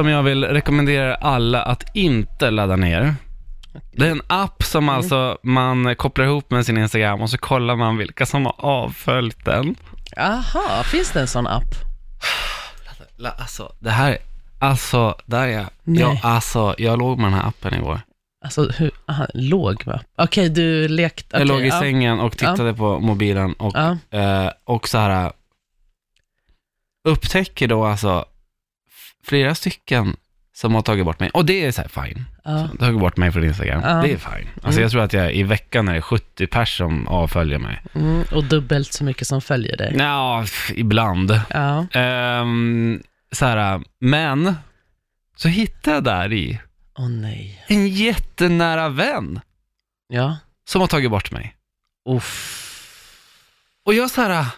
som jag vill rekommendera alla att inte ladda ner. Det är en app som alltså man kopplar ihop med sin Instagram och så kollar man vilka som har avföljt den. Aha, finns det en sån app? Alltså, det här... Alltså, där är jag. Jag låg med den här appen igår. Alltså, låg va? Okej, du lekte... Jag låg i sängen och tittade på mobilen och så här upptäcker då alltså flera stycken som har tagit bort mig. Och det är så här fine. Så, tagit bort mig från Instagram. Det är fine. Alltså jag tror att jag i veckan är det 70 pers som avföljer mig. Och dubbelt så mycket som följer dig. Ja, ibland. Ja. Så här, men så hittade jag där i en jättenära vän som har tagit bort mig. Och jag så här,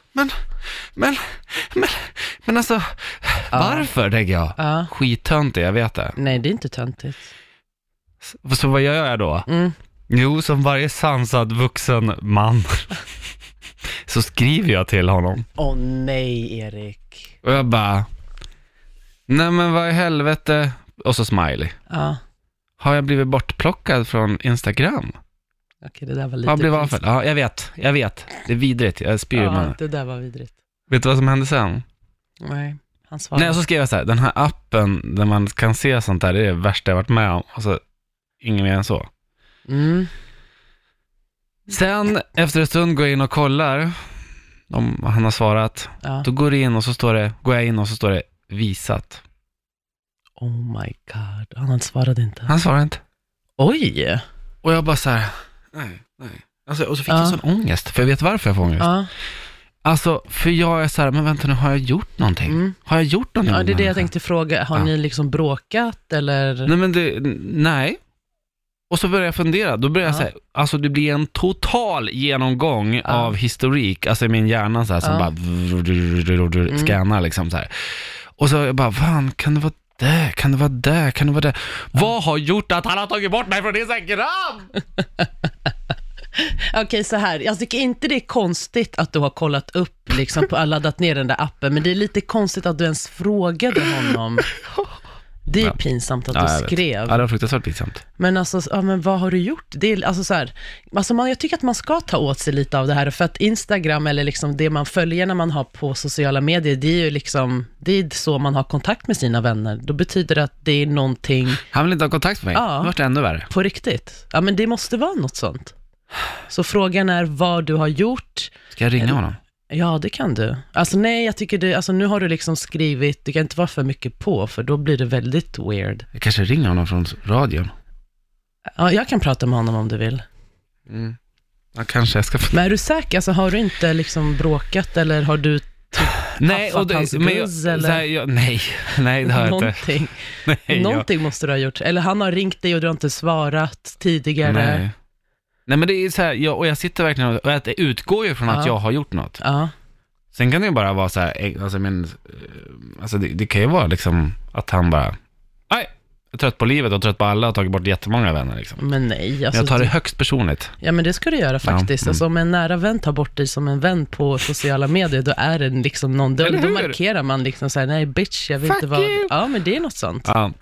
men alltså varför, tänker jag? Skittöntigt, jag vet det. Nej, det är inte töntigt. Så vad gör jag då? Jo, som varje sansad vuxen man så skriver jag till honom. Nej, Erik. Och jag bara, nej men vad i helvete. Och så smiley. Har jag blivit bortplockad från Instagram? Okej, det där var lite... Ja, jag vet. Det är vidrigt, jag spyr med. Det där var vidrigt. Vet du vad som hände sen? Nej, han svarade. Nej, så skrev jag så här, den här appen där man kan se sånt där, det är det värsta jag varit med om. Och så, ingen mer än så. Sen, efter en stund går jag in och kollar om han har svarat. Då går jag in och så står det visat. Oh my god, han svarade inte. Han svarade inte. Oj! Och jag bara så här, nej. Alltså, och så fick jag sån ångest, för jag vet varför jag får ångest. Alltså, för jag är så här, men vänta nu, har jag gjort någonting? Har jag gjort någonting? Ja, det är det jag tänkte fråga. Har ni liksom bråkat, eller? Nej, men nej. Och så börjar jag fundera, då börjar jag säga, alltså det blir en total genomgång av historik, alltså i min hjärna så här, som bara scannar liksom så här. Och så jag bara, fan, kan det vara det? Kan det vara det? Kan det vara det? Vad har gjort att han har tagit bort mig från Instagram? Okej, så här. Jag tycker inte det är konstigt att du har kollat upp liksom, laddat ner den där appen, men det är lite konstigt att du ens frågade honom. Det är pinsamt att du skrev. Ja, det var fruktansvärt pinsamt. Men alltså, men vad har du gjort? Det är alltså så här, alltså jag tycker att man ska ta åt sig lite av det här, för att Instagram eller liksom det man följer när man har på sociala medier, det är ju liksom, det är så man har kontakt med sina vänner. Då betyder det att det är någonting. Han vill inte ha kontakt med mig. Det vart ännu värre. På riktigt. Ja, men det måste vara något sånt. Så frågan är vad du har gjort. Ska jag ringa honom? Ja, det kan du. Alltså nej, jag tycker det, alltså nu har du liksom skrivit, det kan inte vara för mycket på, för då blir det väldigt weird. Jag kanske ringer honom från radion. Ja, jag kan prata med honom om du vill. Ja, kanske jag ska... Men är du säker? Alltså har du inte liksom bråkat, eller har du nej, och hans buzz, eller? Nej, det har jag inte. Någonting måste du ha gjort. Eller han har ringt dig och du har inte svarat tidigare. Nej, men det är så här, och jag sitter verkligen och det utgår ju från att jag har gjort något. Sen kan det ju bara vara så här, alltså det kan ju vara liksom att han bara, nej, är trött på livet och trött på alla och tagit bort jättemånga vänner liksom. Men nej, alltså, jag tar det högst personligt. Ja, men det ska du göra faktiskt. Alltså, om en nära vän tar bort dig som en vän på sociala medier, då är det liksom någon, då markerar man liksom så här, nej bitch, jag vet inte vad. Ja, men det är något sånt. Ja,